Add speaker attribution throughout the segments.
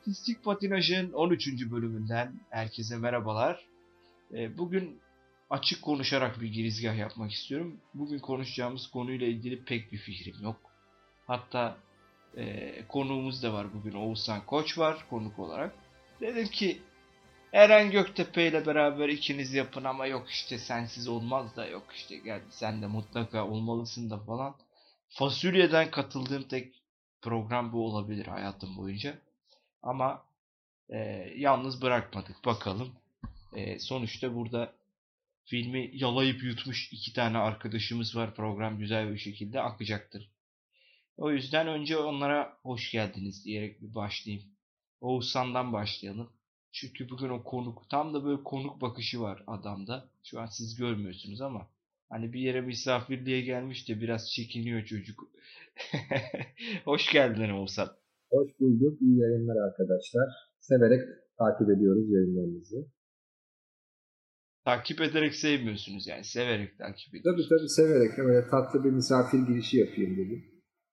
Speaker 1: Artistik Patinaj'ın 13. bölümünden herkese merhabalar. Bugün açık konuşarak bir girizgah yapmak istiyorum. Bugün konuşacağımız konuyla ilgili pek bir fikrim yok. Hatta konuğumuz da var bugün. Oğuzhan Koç var konuk olarak. Dedim ki Eren Göktepe ile beraber ikiniz yapın ama yok işte sensiz olmaz da yok işte gel sen de mutlaka olmalısın da falan. Fasulyeden katıldığım tek program bu olabilir hayatım boyunca. Ama yalnız bırakmadık bakalım. Sonuçta burada filmi yalayıp yutmuş iki tane arkadaşımız var. Program güzel bir şekilde akacaktır. O yüzden önce onlara hoş geldiniz diyerek bir başlayayım. Oğuzhan'dan başlayalım. Çünkü bugün o konuk, tam da böyle konuk bakışı var adamda. Şu an siz görmüyorsunuz ama hani bir yere misafirliğe gelmiş de biraz çekiniyor çocuk. Hoş geldin Oğuzhan.
Speaker 2: Hoş bulduk. İyi yayınlar arkadaşlar. Severek takip ediyoruz yayınlarınızı.
Speaker 1: Takip ederek sevmiyorsunuz yani. Severek takip
Speaker 2: Tabii
Speaker 1: ediyorsunuz.
Speaker 2: severek böyle tatlı bir misafir girişi yapayım dedim.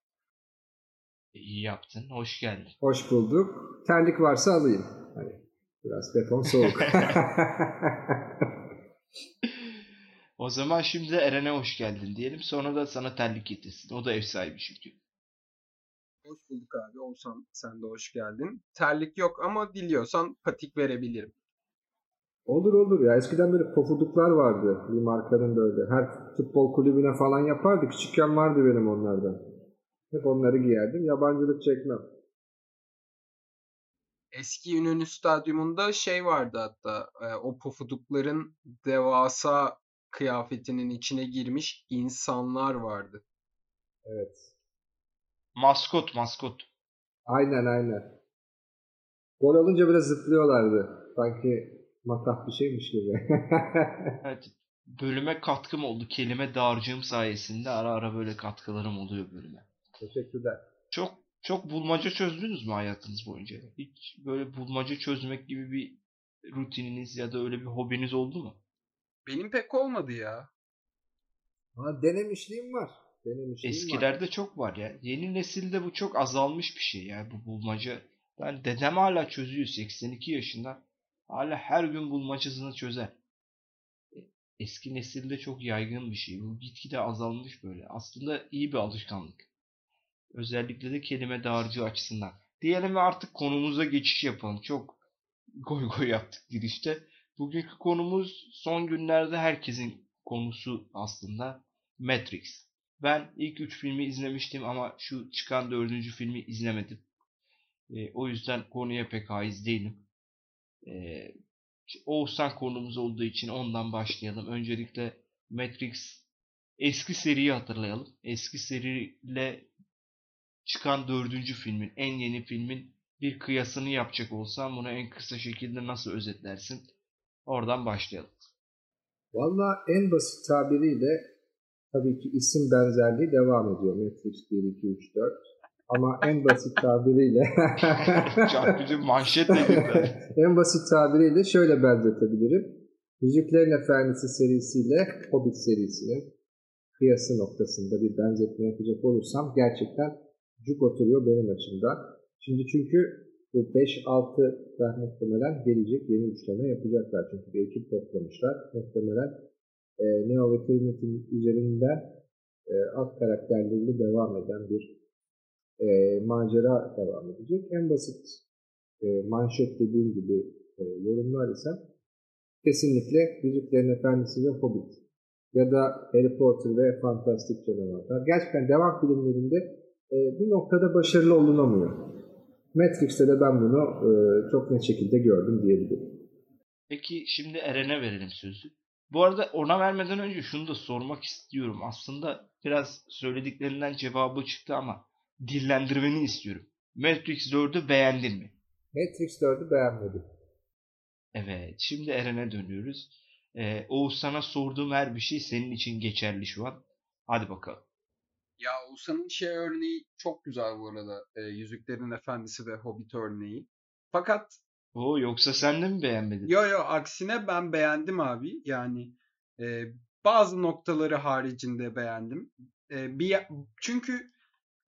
Speaker 1: İyi yaptın. Hoş geldin.
Speaker 2: Hoş bulduk. Terlik varsa alayım. Hani biraz beton soğuk.
Speaker 1: O zaman şimdi Eren'e hoş geldin diyelim. Sonra da sana terlik getirsin. O da ev sahibi çünkü.
Speaker 3: Hoş bulduk abi. Oğuzhan sen de hoş geldin. Terlik yok ama diliyorsan patik verebilirim.
Speaker 2: Olur ya. Eskiden böyle pofuduklar vardı. Bir markanın böyle. Her futbol kulübüne falan yapardı. Küçükken vardı benim onlardan. Hep onları giyerdim. Yabancılık çekmem.
Speaker 3: Eski İnönü Stadyumunda şey vardı hatta o pofudukların devasa kıyafetinin içine girmiş insanlar vardı.
Speaker 2: Evet.
Speaker 1: Maskot.
Speaker 2: Aynen. Gol alınca biraz zıplıyorlardı. Sanki matah bir şeymiş gibi.
Speaker 1: Evet. Bölüme katkım oldu. Kelime dağarcığım sayesinde ara ara böyle katkılarım oluyor bölüme.
Speaker 2: Teşekkürler.
Speaker 1: Çok bulmaca çözdünüz mü hayatınız boyunca? Hiç böyle bulmaca çözmek gibi bir rutininiz ya da öyle bir hobiniz oldu mu?
Speaker 3: Benim pek olmadı ya.
Speaker 2: Ama denemişliğim var. Denemişliğim var.
Speaker 1: Eskilerde çok var ya. Yeni nesilde bu çok azalmış bir şey ya bu bulmaca. Ben dedem hala çözüyor 82 yaşında. Hala her gün bulmacasını çözer. Eski nesilde çok yaygın bir şey. Bu gitgide azalmış böyle. Aslında iyi bir alışkanlık. Özellikle de kelime dağarcığı açısından. Diyelim ve artık konumuza geçiş yapalım. Çok goy goy yaptık girişte. Bugünkü konumuz son günlerde herkesin konusu aslında Matrix. Ben ilk 3 filmi izlemiştim ama şu çıkan 4. filmi izlemedim. O yüzden konuya pek haiz değilim. E, Oğuzhan konumuz olduğu için ondan başlayalım. Öncelikle Matrix eski seriyi hatırlayalım. Eski seriyle çıkan 4. filmin, en yeni filmin bir kıyasını yapacak olsam bunu en kısa şekilde nasıl özetlersin? Oradan başlayalım.
Speaker 2: Valla en basit tabiriyle tabii ki isim benzerliği devam ediyor. Matrix 1, 2, 3, 4. Ama en basit tabiriyle
Speaker 1: Çarpıcı manşet dedin zaten.
Speaker 2: en basit tabiriyle şöyle benzetebilirim. Yüzüklerin Efendisi serisiyle Hobbit serisinin kıyası noktasında bir benzetme yapacak olursam gerçekten cuk oturuyor benim açımdan. Şimdi çünkü bu 5-6 da muhtemelen gelecek yeni üçleme yapacaklar. Çünkü bir ekip toplamışlar. Muhtemelen Neo ve Trinity'nin üzerinden alt karakterleriyle devam eden bir macera devam edecek. En basit manşet dediğim gibi yorumlar kesinlikle Yüzüklerin Efendisi ve Hobbit ya da Harry Potter ve Fantastik Canavarlar. Gerçekten devam filmlerinde bir noktada başarılı olunamıyor. Matrix'te de ben bunu çok net şekilde gördüm diyebilirim.
Speaker 1: Peki şimdi Eren'e verelim sözü. Bu arada ona vermeden önce şunu da sormak istiyorum. Aslında biraz söylediklerinden cevabı çıktı ama dillendirmeni istiyorum. Matrix 4'ü beğendin mi?
Speaker 2: Matrix 4'ü beğenmedim.
Speaker 1: Evet, şimdi Eren'e dönüyoruz. Oğuz sana sorduğum her bir şey senin için geçerli şu an. Hadi bakalım.
Speaker 3: Ya Oğuzhan'ın şey örneği çok güzel bu arada. Yüzüklerin Efendisi ve Hobbit örneği. Fakat
Speaker 1: Yoksa sen de mi beğenmedin?
Speaker 3: yo aksine ben beğendim abi. Yani e, bazı noktaları haricinde beğendim. Çünkü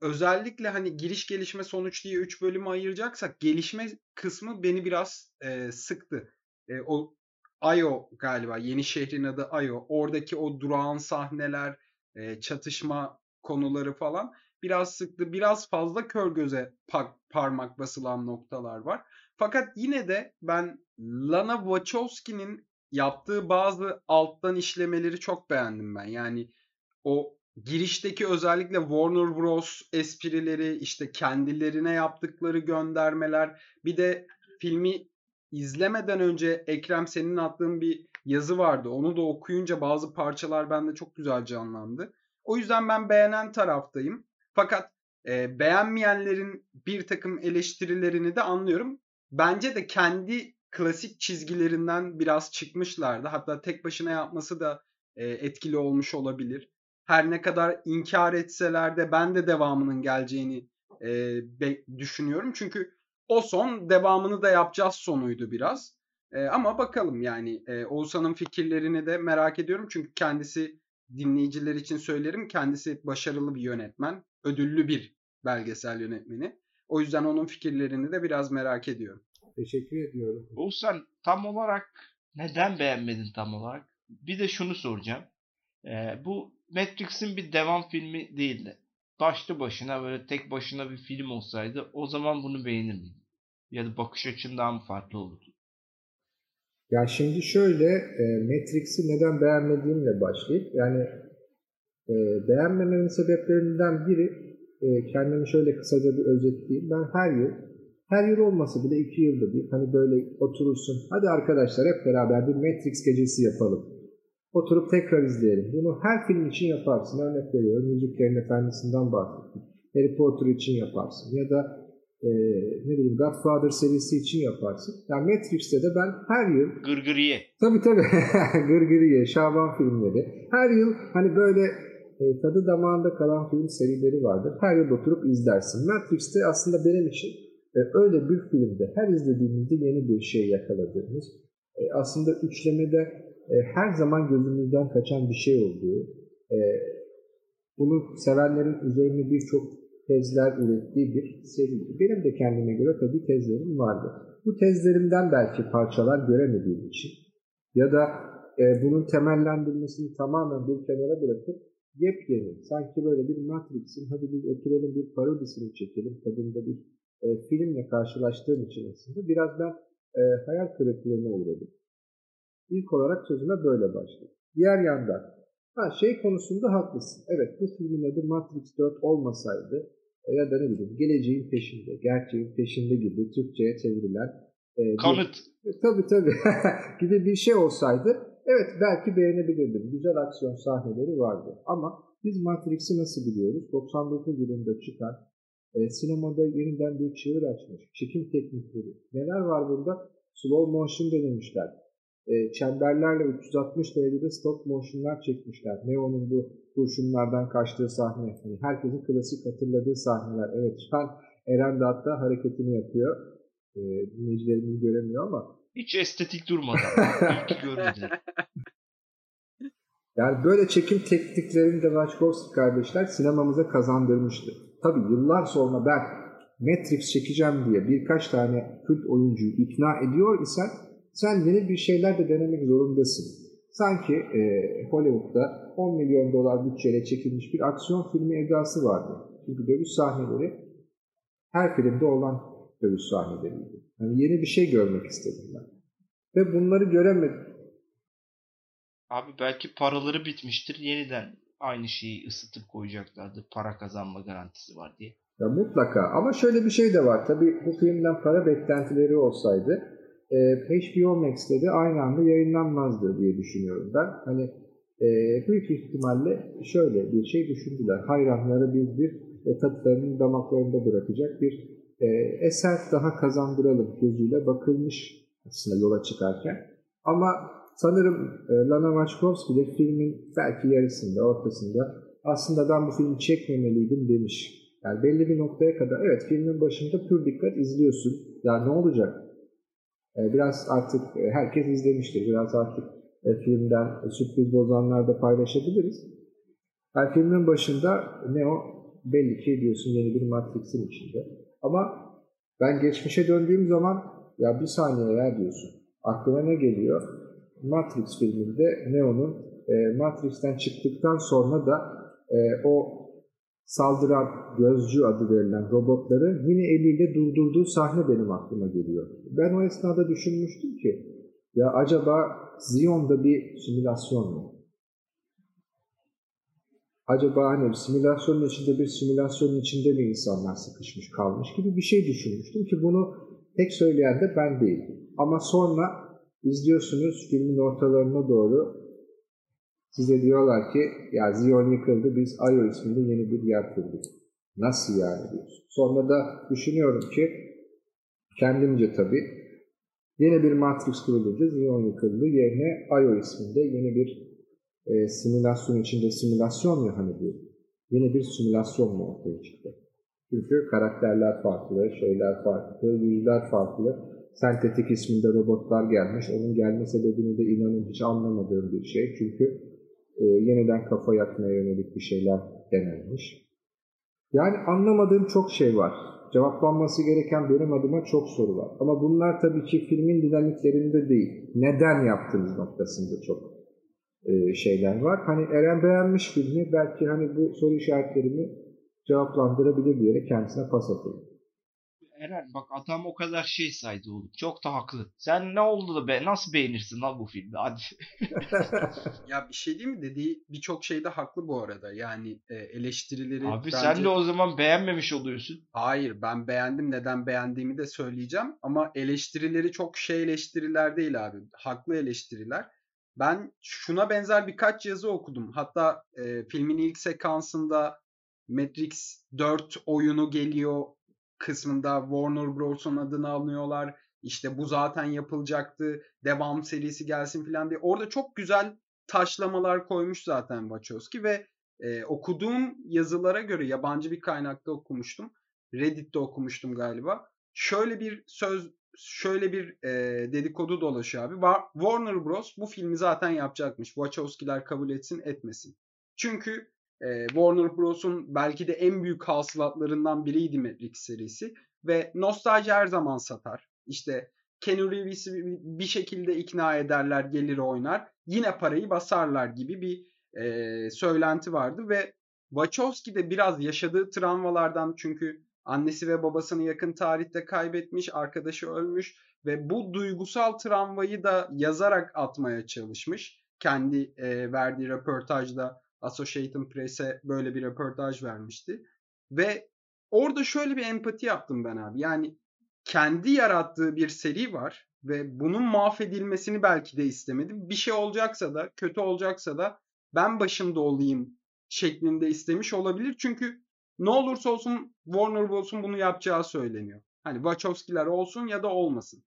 Speaker 3: özellikle hani giriş gelişme sonuç diye 3 bölümü ayıracaksak gelişme kısmı beni biraz sıktı. O Ayo galiba yeni şehrin adı Ayo. Oradaki o durağan sahneler, çatışma konuları falan biraz sıktı. Biraz fazla kör göze parmak basılan noktalar var. Fakat yine de ben Lana Wachowski'nin yaptığı bazı alttan işlemeleri çok beğendim ben. Yani o girişteki özellikle Warner Bros esprileri, işte kendilerine yaptıkları göndermeler, bir de filmi izlemeden önce Ekrem senin attığın bir yazı vardı. Onu da okuyunca bazı parçalar bende çok güzel canlandı. O yüzden ben beğenen taraftayım. Fakat beğenmeyenlerin bir takım eleştirilerini de anlıyorum. Bence de kendi klasik çizgilerinden biraz çıkmışlardı. Hatta tek başına yapması da etkili olmuş olabilir. Her ne kadar inkar etseler de ben de devamının geleceğini düşünüyorum. Çünkü o son devamını da yapacağız sonuydu biraz. Ama bakalım yani Oğuzhan'ın fikirlerini de merak ediyorum. Çünkü kendisi dinleyiciler için söylerim. Kendisi başarılı bir yönetmen. Ödüllü bir belgesel yönetmeni. O yüzden onun fikirlerini de biraz merak ediyorum.
Speaker 2: Teşekkür ediyorum.
Speaker 1: Oğuzhan, tam olarak neden beğenmedin tam olarak? Bir de şunu soracağım. Bu Matrix'in bir devam filmi değildi. Başlı başına böyle tek başına bir film olsaydı o zaman bunu beğenir miydin? Ya da bakış açın daha mı farklı olurdu?
Speaker 2: Ya şimdi şöyle, Matrix'i neden beğenmediğimle başlayıp, yani beğenmememin sebeplerinden biri, kendimi şöyle kısaca bir özetleyeyim. Ben her yıl olmasa bile 2 yılda bir, hani böyle oturursun, hadi arkadaşlar hep beraber bir Matrix gecesi yapalım. Oturup tekrar izleyelim. Bunu her film için yaparsın. Örnek veriyorum, Yüzüklerin Efendisi'nden bahsettim. Harry Potter için yaparsın. Ya da ne bileyim Godfather serisi için yaparsın. Yani Matrix'te de ben her yıl
Speaker 1: Gırgırıye.
Speaker 2: tabii Gırgırıye, Şaban filmleri. Her yıl hani böyle tadı damağında kalan film serileri vardır. Her yıl oturup izlersin. Matrix'te aslında benim için öyle bir filmde her izlediğimizde yeni bir şey yakaladığımız, aslında üçlemede her zaman gözümüzden kaçan bir şey olduğu, bunu sevenlerin üzerine birçok tezler ürettiği bir seriydi. Benim de kendime göre tabii tezlerim vardı. Bu tezlerimden belki parçalar göremediğim için ya da bunun temellendirmesini tamamen bir kenara bırakıp yepyeni, sanki böyle bir Matrix'in hadi biz oturalım bir parodisini çekelim tadında bir filmle karşılaştığım için aslında biraz ben hayal kırıklığına uğradım. İlk olarak sözüme böyle başladım. Diğer yandan, şey konusunda haklısın. Evet, bu filmin adı Matrix 4 olmasaydı ya da ne bileyim geleceğin peşinde, gerçeğin peşinde gibi Türkçe'ye çevrilen
Speaker 1: Kanıt.
Speaker 2: tabii gibi bir şey olsaydı evet belki beğenebilirdim. Güzel aksiyon sahneleri vardı. Ama biz Matrix'i nasıl biliyoruz? 99 yılında çıkan sinemada yeniden bir çığır açmış. Çekim teknikleri. Neler var burada? Slow motion denemişler. Çemberlerle 360 derecede stop motion'lar çekmişler. Neo'nun bu kurşunlardan kaçtığı sahne. Yani herkesin klasik hatırladığı sahneler. Evet, şu an Eren de hatta hareketini yapıyor. Dinleyicilerimiz göremiyor ama.
Speaker 1: Hiç estetik durmadı. İyi ki görmediler.
Speaker 2: Yani böyle çekim tekniklerini de Wachowski kardeşler sinemamıza kazandırmıştı. Tabii yıllar sonra ben Matrix çekeceğim diye birkaç tane kült oyuncuyu ikna ediyor isen sen yeni bir şeyler de denemek zorundasın. Sanki Hollywood'da 10 milyon dolar bütçeyle çekilmiş bir aksiyon filmi edası vardı. Çünkü dövüş sahneleri her filmde olan dövüş sahneleriydi. Yani yeni bir şey görmek istedim ben. Ve bunları göremedim.
Speaker 1: Abi belki paraları bitmiştir. Yeniden aynı şeyi ısıtıp koyacaklardı. Para kazanma garantisi var diye.
Speaker 2: Ya mutlaka. Ama şöyle bir şey de var. Tabii bu filmden para beklentileri olsaydı HBO Max'te de aynı anda yayınlanmazdı diye düşünüyorum ben. Hani büyük ihtimalle şöyle bir şey düşündüler. Hayranları bir tatlarını damaklarında bırakacak bir eser daha kazandıralım gözüyle bakılmış aslında yola çıkarken. Ama sanırım Lana Wachowski de filmin belki yarısında, ortasında aslında ben bu filmi çekmemeliydim demiş. Yani belli bir noktaya kadar evet filmin başında pür dikkat izliyorsun. Ya ne olacak? Biraz artık herkes izlemiştir. Biraz artık filmden sürpriz bozanlar da paylaşabiliriz. Yani filmin başında Neo belli ki diyorsun yeni bir Matrix'in içinde. Ama ben geçmişe döndüğüm zaman ya bir saniye ya diyorsun. Aklına ne geliyor? Matrix filminde Neo'nun Matrix'ten çıktıktan sonra da o saldıran gözcü adı verilen robotları yine eliyle durdurduğu sahne benim aklıma geliyor. Ben o esnada düşünmüştüm ki ya acaba Zion'da bir simülasyon mu? Acaba hani bir simülasyonun içinde bir simülasyonun içinde mi insanlar sıkışmış kalmış gibi bir şey düşünmüştüm ki bunu tek söyleyen de ben değildim. Ama sonra izliyorsunuz filmin ortalarına doğru size diyorlar ki ya Zion yıkıldı biz Io isminde yeni bir yer kurduk. Nasıl yani diyorsun. Sonra da düşünüyorum ki kendimce tabii yeni bir Matrix kuruldu, Zion yıkıldı. Yerine Io isminde yeni bir simülasyon içinde simülasyon ya hani bu. Yeni bir simülasyon mu ortaya çıktı? Çünkü karakterler farklı, şeyler farklı, yüzler farklı. Sentetik isminde robotlar gelmiş. Onun gelme sebebini de inanın hiç anlamadığım bir şey. Çünkü yeniden kafa yakmaya yönelik bir şeyler denenmiş. Yani anlamadığım çok şey var. Cevaplanması gereken benim adıma çok soru var. Ama bunlar tabii ki filmin dinamiklerinde değil. Neden yaptığımız noktasında çok şeyler var. Hani Eren beğenmiş filmi. Belki hani bu soru işaretlerimi cevaplandırabilir diye kendisine pas atıyorum.
Speaker 1: Eren bak adam o kadar şey saydı oğlum. Çok da haklı. Sen ne oldu da nasıl beğenirsin lan bu filmi? Hadi.
Speaker 3: Ya bir şey değil mi? Dediği birçok şeyde haklı bu arada. Yani eleştirileri
Speaker 1: Abi sen de
Speaker 3: bence
Speaker 1: o zaman beğenmemiş oluyorsun.
Speaker 3: hayır, ben beğendim. Neden beğendiğimi de söyleyeceğim. Ama eleştirileri çok şey eleştiriler değil abi. Haklı eleştiriler. Ben şuna benzer birkaç yazı okudum. Hatta filmin ilk sekansında Matrix 4 oyunu geliyor kısmında Warner Bros'un adını alıyorlar. İşte bu zaten yapılacaktı. Devam serisi gelsin falan diye. Orada çok güzel taşlamalar koymuş zaten Wachowski ve okuduğum yazılara göre yabancı bir kaynakta okumuştum. Reddit'te okumuştum galiba. Şöyle bir dedikodu dolaşıyor abi. Warner Bros. Bu filmi zaten yapacakmış. Wachowski'ler kabul etsin etmesin. Çünkü Warner Bros'un belki de en büyük hasılatlarından biriydi Matrix serisi. Ve nostalji her zaman satar. İşte Keanu Reeves'i bir şekilde ikna ederler, gelir oynar. Yine parayı basarlar gibi bir söylenti vardı ve Wachowski de biraz yaşadığı travmalardan çünkü annesi ve babasını yakın tarihte kaybetmiş, arkadaşı ölmüş ve bu duygusal travmayı da yazarak atmaya çalışmış. Kendi verdiği röportajda Associated Press'e böyle bir röportaj vermişti. Ve orada şöyle bir empati yaptım ben abi. Yani kendi yarattığı bir seri var ve bunun mahvedilmesini belki de istemedi. Bir şey olacaksa da, kötü olacaksa da ben başında olayım şeklinde istemiş olabilir. Çünkü ne olursa olsun Warner Bros'un bunu yapacağı söyleniyor. Hani Wachowski'ler olsun ya da olmasın.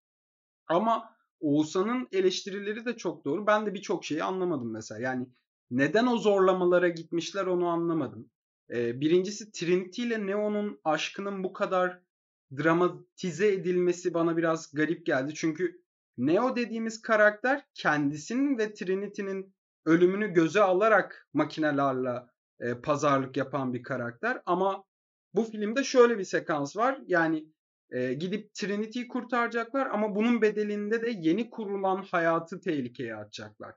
Speaker 3: Ama Oğuzhan'ın eleştirileri de çok doğru. Ben de birçok şeyi anlamadım mesela. Yani neden o zorlamalara gitmişler onu anlamadım. Birincisi Trinity ile Neo'nun aşkının bu kadar dramatize edilmesi bana biraz garip geldi. Çünkü Neo dediğimiz karakter kendisinin ve Trinity'nin ölümünü göze alarak makinelerle pazarlık yapan bir karakter. Ama bu filmde şöyle bir sekans var. Yani gidip Trinity'yi kurtaracaklar ama bunun bedelinde de yeni kurulan hayatı tehlikeye atacaklar.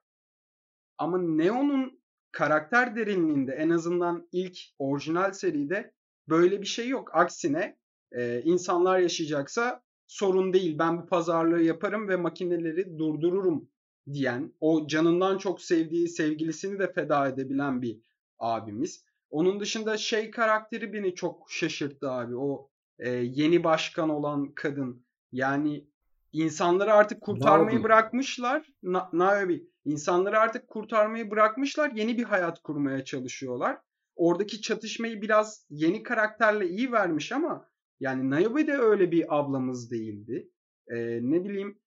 Speaker 3: Ama Neo'nun karakter derinliğinde en azından ilk orijinal seride böyle bir şey yok. Aksine insanlar yaşayacaksa sorun değil ben bu pazarlığı yaparım ve makineleri durdururum diyen, o canından çok sevdiği sevgilisini de feda edebilen bir abimiz. Onun dışında şey karakteri beni çok şaşırttı abi. O yeni başkan olan kadın. Yani insanları artık kurtarmayı
Speaker 2: Naomi.
Speaker 3: bırakmışlar. Naomi. İnsanları artık kurtarmayı bırakmışlar. Yeni bir hayat kurmaya çalışıyorlar. Oradaki çatışmayı biraz yeni karakterle iyi vermiş ama yani Naomi de öyle bir ablamız değildi. Ne bileyim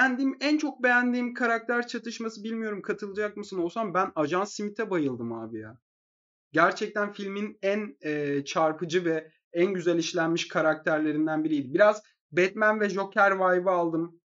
Speaker 3: en çok beğendiğim karakter çatışması bilmiyorum katılacak mısın olsam ben Ajan Smith'e bayıldım abi ya. Gerçekten filmin en çarpıcı ve en güzel işlenmiş karakterlerinden biriydi. Biraz Batman ve Joker vibe'ı aldım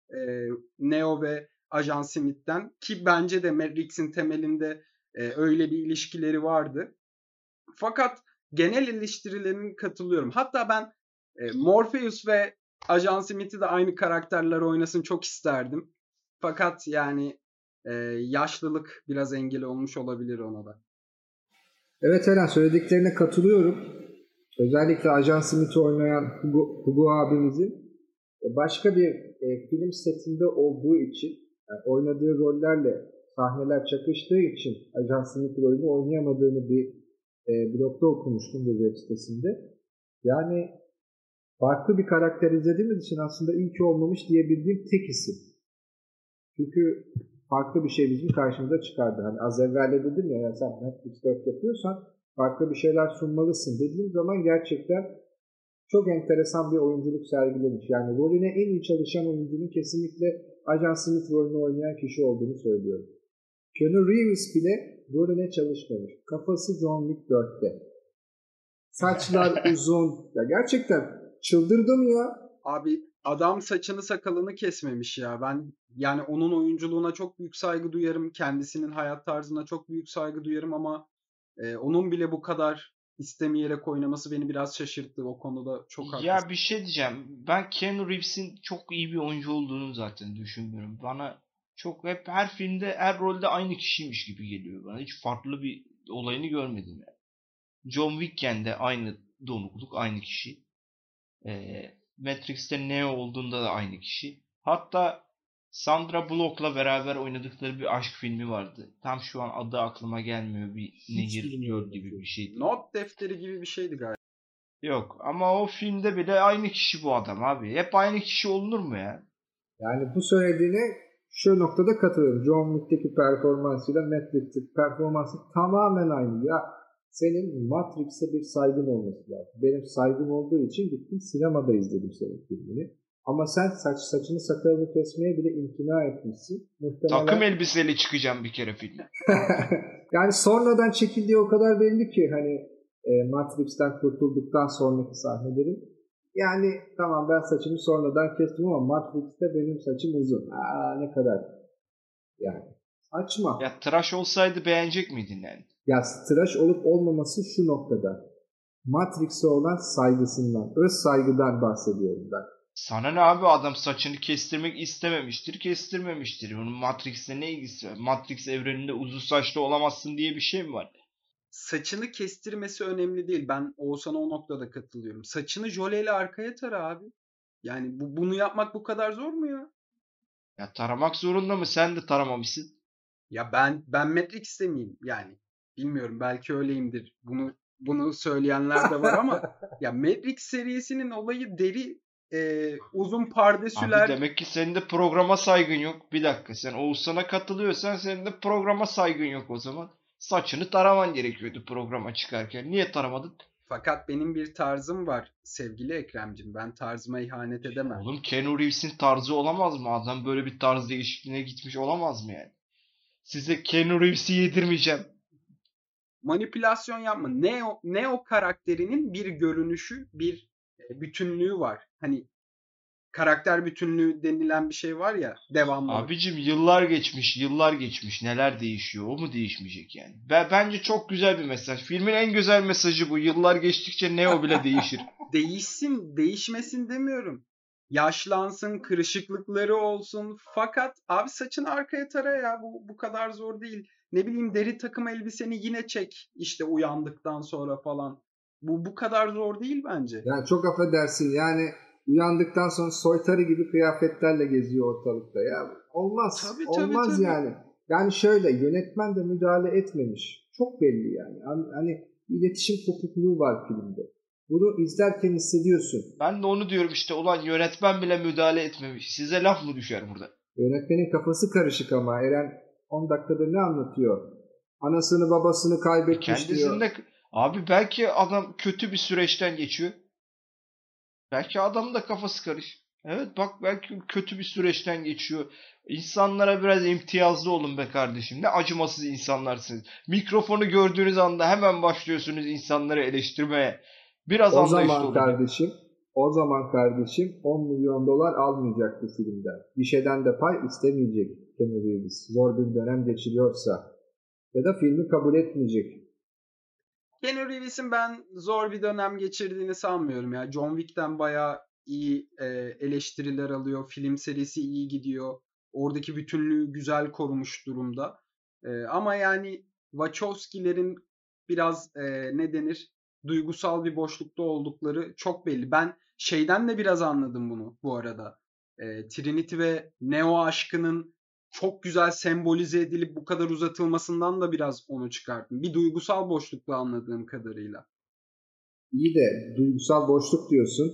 Speaker 3: Neo ve Ajan Smith'ten ki bence de Matrix'in temelinde öyle bir ilişkileri vardı. Fakat genel eleştirilerine katılıyorum. Hatta ben Morpheus ve Ajan Smith'i de aynı karakterler oynasın çok isterdim. Fakat yani yaşlılık biraz engel olmuş olabilir ona da.
Speaker 2: Evet Eren, söylediklerine katılıyorum. Özellikle Ajan Smith'i oynayan Hugo abimizin başka bir film setinde olduğu için, yani oynadığı rollerle sahneler çakıştığı için Ajan Smith rolünü oynayamadığını bir blogda okumuştum bir web sitesinde. Yani farklı bir karakter izlediğimiz için aslında iyi ki olmamış diyebildiğim tek isim. Çünkü farklı bir şey bizim karşımıza çıkardı. Hani az evvel de dedim ya, sen Netflix 4 yapıyorsan farklı bir şeyler sunmalısın dediğim zaman gerçekten çok enteresan bir oyunculuk sergilemiş. Yani rolüne en iyi çalışan oyuncunun kesinlikle Ajan Smith rolünü oynayan kişi olduğunu söylüyorum. Keanu Reeves bile rolüne çalışmamış. Kafası John Wick 4'te. Saçlar uzun. Ya gerçekten çıldırdım ya.
Speaker 3: Abi adam saçını sakalını kesmemiş ya. Ben yani onun oyunculuğuna çok büyük saygı duyarım. Kendisinin hayat tarzına çok büyük saygı duyarım ama onun bile bu kadar istemeyerek oynaması beni biraz şaşırttı. O konuda çok haklısın.
Speaker 1: Ya bir şey diyeceğim. Ben Keanu Reeves'in çok iyi bir oyuncu olduğunu zaten düşünmüyorum. Bana çok hep her filmde, her rolde aynı kişiymiş gibi geliyor bana. Hiç farklı bir olayını görmedim yani. John Wick'ken de aynı donukluk, aynı kişi. Matrix'te Neo olduğunda da aynı kişi. Hatta Sandra Bullock'la beraber oynadıkları bir aşk filmi vardı. Tam şu an adı aklıma gelmiyor. Bir
Speaker 3: Hiç
Speaker 1: nehir
Speaker 3: bilmiyorum.
Speaker 1: gibi bir şeydi.
Speaker 3: Not defteri gibi bir şeydi galiba.
Speaker 1: Yok ama o filmde bile aynı kişi bu adam abi. Hep aynı kişi olunur mu ya?
Speaker 2: Yani bu söylediğine şu noktada katılıyorum. John Wick'teki performansıyla Matrix'teki performansı tamamen aynı. Ya senin Matrix'e bir saygın olması lazım. Benim saygım olduğu için gittim sinemada izledim senin filmini. Ama sen saçını sakalını kesmeye bile imtina etmişsin.
Speaker 1: Takım
Speaker 2: Muhtemelen
Speaker 1: elbiseli çıkacağım bir kere filme.
Speaker 2: yani sonradan çekildiği o kadar belli ki hani Matrix'ten kurtulduktan sonraki sahnelerin. Yani tamam, ben saçımı sonradan kestim ama Matrix'te benim saçım uzun. Aa, ne kadar yani saçma.
Speaker 1: Ya tıraş olsaydı beğenecek miydin yani?
Speaker 2: Ya tıraş olup olmaması şu noktada. Matrix'e olan saygısından, öz saygıdan bahsediyorum ben.
Speaker 1: Sana ne abi, adam saçını kestirmek istememiştir, kestirmemiştir. Bunun Matrix'le ne ilgisi var? Matrix evreninde uzun saçlı olamazsın diye bir şey mi var?
Speaker 3: Saçını kestirmesi önemli değil. Ben Oğuzhan'a o noktada katılıyorum. Saçını jöleyle arkaya tara abi. Yani bunu yapmak bu kadar zor mu ya?
Speaker 1: Ya taramak zorunda mı? Sen de taramamışsın.
Speaker 3: Ya ben Matrix'te miyim? Yani bilmiyorum, belki öyleyimdir. Bunu söyleyenler de var ama ya Matrix serisinin olayı deri uzun
Speaker 1: Abi
Speaker 3: pardesüler.
Speaker 1: demek ki senin de programa saygın yok. Bir dakika, sen Oğuzhan'a katılıyorsan senin de programa saygın yok o zaman. Saçını taraman gerekiyordu programa çıkarken. Niye taramadın?
Speaker 3: Fakat benim bir tarzım var sevgili Ekrem'cim. Ben tarzıma ihanet edemem.
Speaker 1: Oğlum Keanu Reeves'in tarzı olamaz mı? Adam böyle bir tarz değişikliğine gitmiş olamaz mı yani? Size Keanu Reeves'i yedirmeyeceğim.
Speaker 3: Manipülasyon yapma. Neo karakterinin bir görünüşü, bir bütünlüğü var. Hani karakter bütünlüğü denilen bir şey var ya, devamlılık.
Speaker 1: Abicim yıllar geçmiş, yıllar geçmiş. Neler değişiyor? O mu değişmeyecek yani? Bence çok güzel bir mesaj. Filmin en güzel mesajı bu. Yıllar geçtikçe Neo bile değişir.
Speaker 3: Değişsin, değişmesin demiyorum. Yaşlansın, kırışıklıkları olsun. Fakat abi saçını arkaya tara ya. Bu kadar zor değil. Ne bileyim, deri takım elbiseni yine çek işte uyandıktan sonra falan. Bu kadar zor değil bence.
Speaker 2: Yani çok affedersin, yani uyandıktan sonra soytarı gibi kıyafetlerle geziyor ortalıkta ya. Olmaz.
Speaker 3: Tabii tabii
Speaker 2: Olmaz
Speaker 3: tabii.
Speaker 2: yani. Yani şöyle, yönetmen de müdahale etmemiş. Çok belli yani. Hani iletişim kopukluğu var filmde. Bunu izlerken hissediyorsun.
Speaker 1: Ben de onu diyorum işte. Ulan yönetmen bile müdahale etmemiş. Size laf mı düşer burada?
Speaker 2: Yönetmenin kafası karışık ama Eren 10 dakikada ne anlatıyor? Anasını babasını kaybetmiş diyor.
Speaker 1: Kendisinde... Abi belki adam kötü bir süreçten geçiyor. Belki adamın da kafası karış. Evet bak, belki kötü bir süreçten geçiyor. İnsanlara biraz imtiyazlı olun be kardeşim. Ne acımasız insanlarsınız. Mikrofonu gördüğünüz anda hemen başlıyorsunuz insanları eleştirmeye. Biraz
Speaker 2: O
Speaker 1: anlayışlı
Speaker 2: zaman
Speaker 1: olun ya.
Speaker 2: kardeşim, o zaman kardeşim 10 milyon dolar almayacak bu filmden. Gişeden de pay istemeyecek Keanu Reeves. Zor bir dönem geçiriyorsa. Ya da filmi kabul etmeyecek.
Speaker 3: Keanu Reeves'in ben zor bir dönem geçirdiğini sanmıyorum ya. John Wick'ten bayağı iyi eleştiriler alıyor. Film serisi iyi gidiyor. Oradaki bütünlüğü güzel korumuş durumda. Ama yani Wachowski'lerin biraz ne denir? Duygusal bir boşlukta oldukları çok belli. Ben şeyden de biraz anladım bunu bu arada. Trinity ve Neo aşkının çok güzel sembolize edilip bu kadar uzatılmasından da biraz onu çıkarttım. Bir duygusal boşlukla anladığım kadarıyla.
Speaker 2: İyi de duygusal boşluk diyorsun.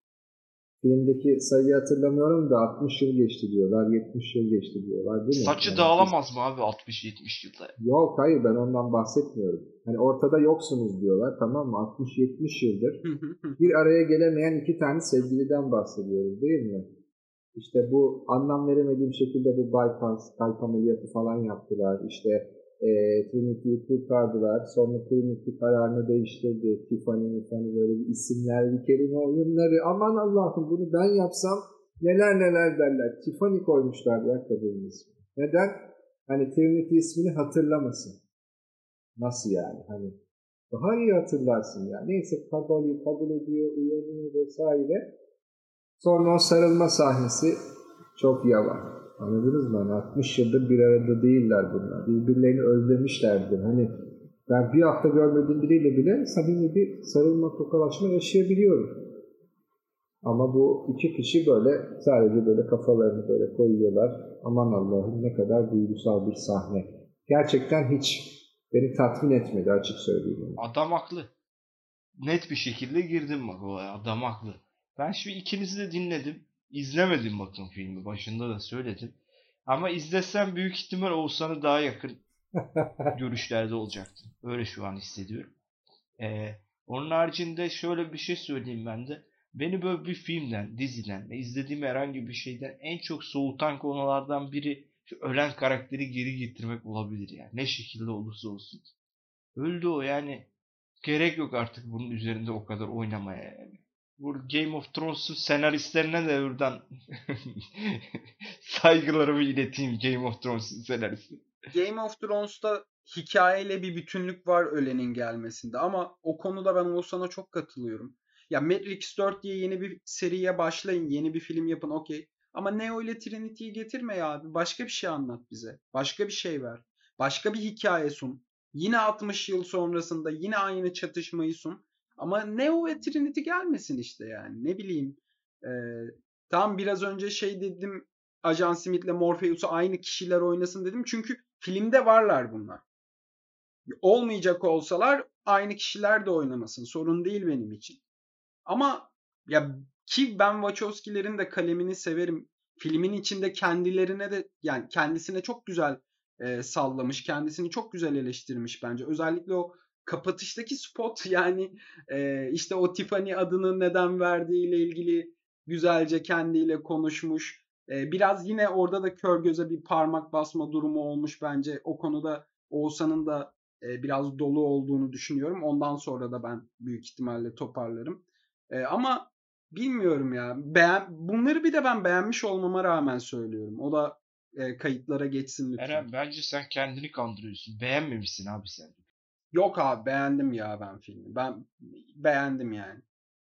Speaker 2: Filmdeki sayıyı hatırlamıyorum da 60 yıl geçti diyorlar, 70 yıl geçti diyorlar değil mi?
Speaker 1: Saçı
Speaker 2: Yani siz...
Speaker 1: dağılamaz mı abi 60-70 yılda?
Speaker 2: Yok hayır ben ondan bahsetmiyorum. Hani ortada yoksunuz diyorlar tamam mı? 60-70 yıldır bir araya gelemeyen iki tane sevgiliden bahsediyoruz değil mi? İşte bu anlam veremediğim şekilde bu bypass, kalp ameliyatı falan yaptılar. İşte Trinity'yi kurtardılar. Sonra Trinity kararını değiştirdi. Tiffany böyle bir isimler, bir kelime oyunları. Aman Allah'ım bunu ben yapsam neler neler derler. Tiffany koymuşlar ya kadının ismi. Neden? Hani Trinity ismini hatırlamasın. Nasıl yani? Hani daha iyi hatırlarsın ya. Neyse kabul ediyor, uyanıyor vesaire. Sonra o sarılma sahnesi çok yavan. Anladınız mı? Hani 60 yıldır bir arada değiller bunlar. Birbirlerini özlemişlerdir. Hani ben bir hafta görmediğim biriyle bile samimi bir sarılma, tokalaşma yaşayabiliyorum. Ama bu iki kişi böyle sadece böyle kafalarını böyle koyuyorlar. Aman Allah'ım ne kadar duygusal bir sahne. Gerçekten hiç beni tatmin etmedi açık söyleyeyim.
Speaker 1: Adam haklı. Net bir şekilde girdim bak olaya. Adam haklı. Ben şu ikinizi de dinledim. İzlemedim bakın filmi. Başında da söyledim. Ama izlesem büyük ihtimal Oğuzhan'ı daha yakın görüşlerde olacaktı. Öyle şu an hissediyorum. Onun haricinde şöyle bir şey söyleyeyim ben de. Beni böyle bir filmden, diziden, izlediğim herhangi bir şeyden en çok soğutan konulardan biri şu ölen karakteri geri getirmek olabilir yani. Ne şekilde olursa olsun. Öldü o yani. Gerek yok artık bunun üzerinde o kadar oynamaya yani. Bu Game of Thrones'un senaristlerine de buradan saygılarımı ileteyim Game of Thrones'un senaristi.
Speaker 3: Game of Thrones'ta hikayeyle bir bütünlük var ölenin gelmesinde ama o konuda ben Oğuzhan'a çok katılıyorum. Ya Matrix 4 diye yeni bir seriye başlayın, yeni bir film yapın okey. Ama Neo ile Trinity'yi getirme ya abi. Başka bir şey anlat bize. Başka bir şey ver. Başka bir hikaye sun. Yine 60 yıl sonrasında yine aynı çatışmayı sun. Ama Neo ve Trinity gelmesin işte yani. Ne bileyim. Ee, tam biraz önce şey dedim. Ajan Smith'le Morpheus'u aynı kişiler oynasın dedim. Çünkü filmde varlar bunlar. Olmayacak olsalar aynı kişiler de oynamasın. Sorun değil benim için. Ama ya ki ben Wachowski'lerin de kalemini severim. Filmin içinde kendilerine de yani kendisine çok güzel sallamış. Kendisini çok güzel eleştirmiş bence. Özellikle o kapatıştaki spot yani işte o Tiffany adını neden verdiğiyle ilgili güzelce kendiyle konuşmuş. Biraz yine orada da kör göze bir parmak basma durumu olmuş bence. O konuda Oğuzhan'ın da biraz dolu olduğunu düşünüyorum. Ondan sonra da ben büyük ihtimalle toparlarım. Ama bilmiyorum ya. Bunları bir de ben beğenmiş olmama rağmen söylüyorum. O da kayıtlara geçsin lütfen.
Speaker 1: Eren bence sen kendini kandırıyorsun. Beğenmemişsin abi sen.
Speaker 3: Yok abi beğendim ya ben filmi. Ben beğendim yani.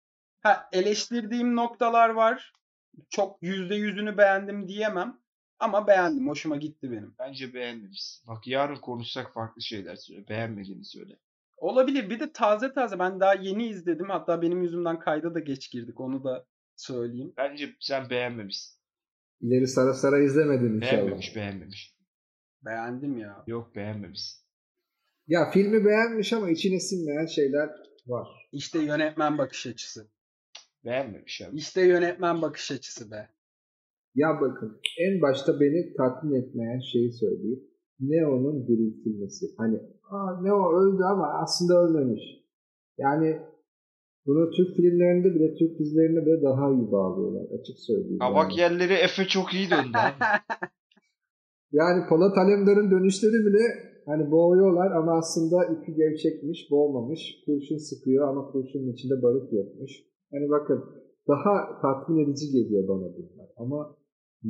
Speaker 3: Ha eleştirdiğim noktalar var. Çok %100'ünü beğendim diyemem. Ama beğendim. Hoşuma gitti benim.
Speaker 1: Bence beğenmemişsin. Bak yarın konuşsak farklı şeyler söyle. Beğenmediğini söyle.
Speaker 3: Olabilir. Bir de taze taze. Ben daha yeni izledim. Hatta benim yüzümden kayda da geç girdik. Onu da söyleyeyim.
Speaker 1: Bence sen beğenmemişsin.
Speaker 2: İleri sara sara izlemedin inşallah.
Speaker 1: Beğenmemiş.
Speaker 3: Beğendim ya.
Speaker 1: Yok beğenmemişsin.
Speaker 2: Ya filmi beğenmiş ama içine sinmeyen şeyler var.
Speaker 3: İşte yönetmen bakış açısı.
Speaker 1: Beğenmemiş abi.
Speaker 3: İşte yönetmen bakış açısı be.
Speaker 2: Ya bakın en başta beni tatmin etmeyen şeyi söyleyeyim. Neo'nun diriltilmesi. Hani Neo öldü ama aslında ölmemiş. Yani bunu Türk filmlerinde bile Türk dizilerinde bile daha iyi bağlıyorlar. Açık söyleyeyim.
Speaker 1: Kabak
Speaker 2: Yani,
Speaker 1: yerleri Efe çok iyi döndü abi.
Speaker 2: yani Polat Alemdar'ın dönüşleri bile hani boğuyorlar ama aslında ipi gevşekmiş, boğmamış. Kurşun sıkıyor ama kurşunun içinde barut yokmuş. Hani bakın daha tatmin edici geliyor bana bunlar. Ama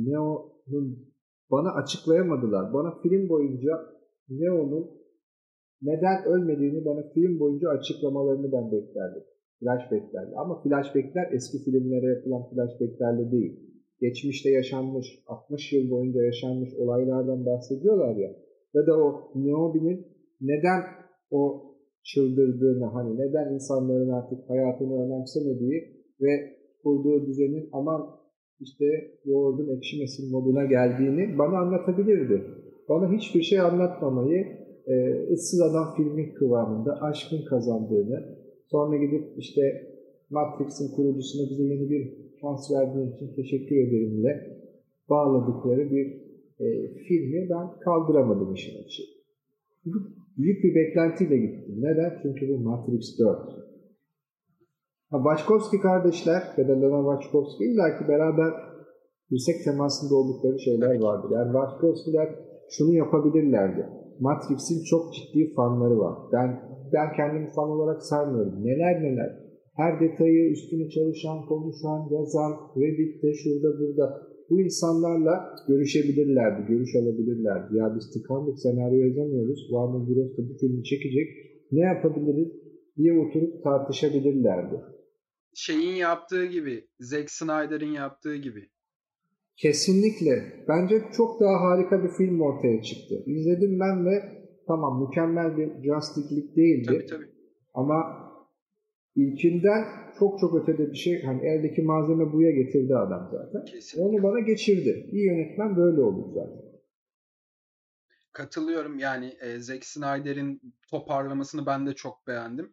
Speaker 2: Neo'nun bana açıklayamadılar. Bana film boyunca Neo'nun neden ölmediğini bana film boyunca açıklamalarını ben beklerdim. Flashback'lerle. Ama flashback'ler eski filmlere yapılan flashback'lerle değil. Geçmişte yaşanmış, 60 yıl boyunca yaşanmış olaylardan bahsediyorlar ya. Ya da o Niobe'nin neden o çıldırdığını, hani neden insanların artık hayatını önemsemediği ve kurduğu düzenin aman işte yoğurdun ekşimesin moduna geldiğini bana anlatabilirdi. Bana hiçbir şey anlatmamayı, ıssız adam filmi kıvamında aşkın kazandığını, sonra gidip işte Matrix'in kurucusuna bize yeni bir şans verdiğin için teşekkür ederimle bağladıkları bir filmi ben kaldıramadım işin açığı. Büyük bir beklentiyle gittim. Neden? Çünkü bu Matrix 4. Wachowski kardeşler ya da Lana Wachowski illaki beraber yüksek temasında oldukları şeyler vardır. Yani Wachowskiler şunu yapabilirlerdi. Matrix'in çok ciddi fanları var. Ben kendimi fan olarak saymıyorum. Neler neler. Her detayı üstüne çalışan, konuşan, yazan, Reddit'te, şurada, burada. Bu insanlarla görüşebilirlerdi, görüş alabilirlerdi. Ya biz tıkandık, senaryo yazamıyoruz. Warner Bros. Da bu filmi çekecek. Ne yapabiliriz diye oturup tartışabilirlerdi.
Speaker 3: Şeyin yaptığı gibi, Zack Snyder'in yaptığı gibi.
Speaker 2: Kesinlikle. Bence çok daha harika bir film ortaya çıktı. İzledim ben ve tamam mükemmel bir Justice League değildi.
Speaker 3: Tabii.
Speaker 2: Ama ilkinden çok çok ötede bir şey. Hani eldeki malzeme buya getirdi adam zaten.
Speaker 3: Kesinlikle.
Speaker 2: Onu bana geçirdi. İyi yönetmen böyle olur zaten.
Speaker 3: Katılıyorum. Yani Zack Snyder'in toparlamasını ben de çok beğendim.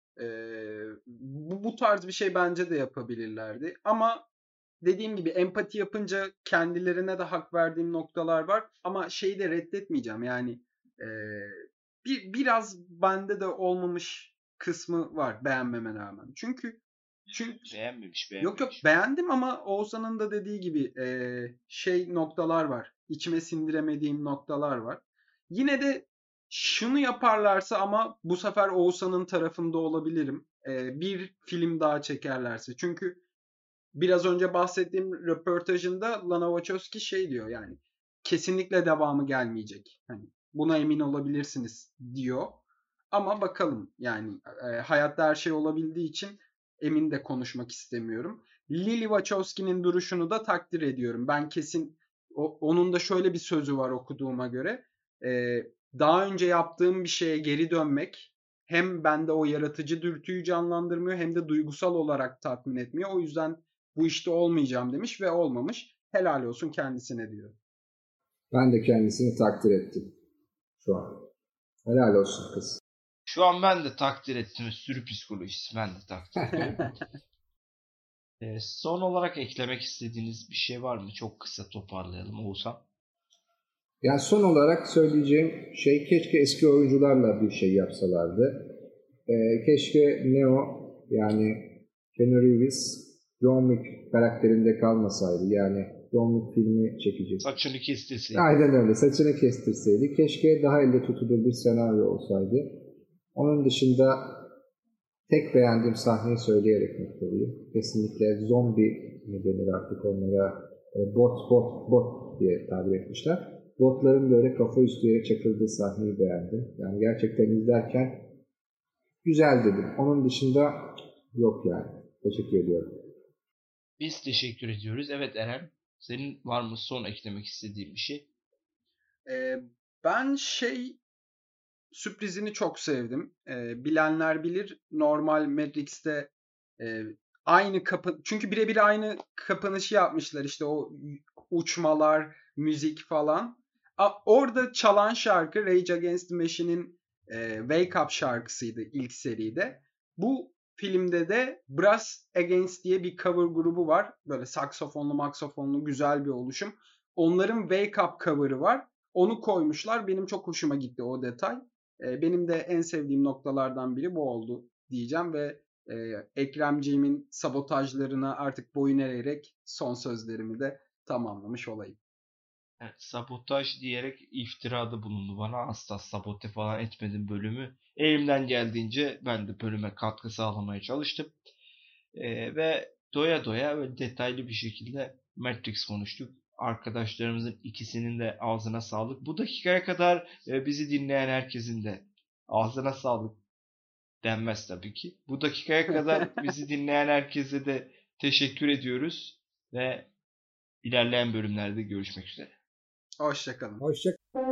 Speaker 3: Bu tarz bir şey bence de yapabilirlerdi. Ama dediğim gibi empati yapınca kendilerine de hak verdiğim noktalar var. Ama şeyi de reddetmeyeceğim. Yani biraz bende de olmamış kısmı var beğenmeme rağmen. Çünkü
Speaker 1: Beğenmemiş.
Speaker 3: yok beğendim ama Oğuzhan'ın da dediği gibi noktalar var. İçime sindiremediğim noktalar var. Yine de şunu yaparlarsa ama bu sefer Oğuzhan'ın tarafında olabilirim. Bir film daha çekerlerse. Çünkü biraz önce bahsettiğim röportajında Lana Wachowski şey diyor yani kesinlikle devamı gelmeyecek. Hani buna emin olabilirsiniz diyor. Ama bakalım yani hayatta her şey olabildiği için emin de konuşmak istemiyorum. Lily Wachowski'nin duruşunu da takdir ediyorum. Ben kesin onun da şöyle bir sözü var okuduğuma göre. Daha önce yaptığım bir şeye geri dönmek hem bende o yaratıcı dürtüyü canlandırmıyor hem de duygusal olarak tatmin etmiyor. O yüzden bu işte olmayacağım demiş ve olmamış. Helal olsun kendisine diyor.
Speaker 2: Ben de kendisini takdir ettim şu an. Helal olsun kız.
Speaker 1: Şu an ben de takdir ettim. Sürü psikolojisi ben de takdir ediyorum. Son olarak eklemek istediğiniz bir şey var mı? Çok kısa toparlayalım Oğuzhan.
Speaker 2: Yani son olarak söyleyeceğim şey keşke eski oyuncularla bir şey yapsalardı. Keşke Neo yani Keanu Reeves John Wick karakterinde kalmasaydı. Yani John Wick filmi çekecek.
Speaker 1: Saçını kestirseydi.
Speaker 2: Aynen öyle. Saçını kestirseydi. Keşke daha elle tutulur bir senaryo olsaydı. Onun dışında tek beğendiğim sahneyi söyleyerek noktalıyım. Kesinlikle zombi mi denir artık onlara bot diye tabir etmişler. Botların böyle kafa üstü yere çakıldığı sahneyi beğendim. Yani gerçekten izlerken güzel dedim. Onun dışında yok yani. Teşekkür ediyorum.
Speaker 1: Biz teşekkür ediyoruz. Evet Eren, senin var mı son eklemek istediğin bir şey?
Speaker 3: Ben sürprizini çok sevdim. Bilenler bilir. Normal Matrix'te aynı çünkü birebir aynı kapanışı yapmışlar. İşte o uçmalar, müzik falan. Orada çalan şarkı Rage Against the Machine'in Wake Up şarkısıydı ilk seride. Bu filmde de Brass Against diye bir cover grubu var. Böyle saksafonlu güzel bir oluşum. Onların Wake Up cover'ı var. Onu koymuşlar. Benim çok hoşuma gitti o detay. Benim de en sevdiğim noktalardan biri bu oldu diyeceğim ve Ekremciğimin sabotajlarına artık boyun eğerek son sözlerimi de tamamlamış olayım.
Speaker 1: Evet, sabotaj diyerek iftirada bulundu bana. Asla sabote falan etmedim bölümü. Elimden geldiğince ben de bölüme katkı sağlamaya çalıştım. Ve doya doya ve detaylı bir şekilde Matrix konuştuk. Arkadaşlarımızın ikisinin de ağzına sağlık. Bu dakikaya kadar bizi dinleyen herkesin de Ağzına sağlık denmez tabii ki. Bu dakikaya kadar bizi dinleyen herkese de teşekkür ediyoruz ve ilerleyen bölümlerde görüşmek üzere.
Speaker 3: Hoşça kalın.
Speaker 2: Hoşça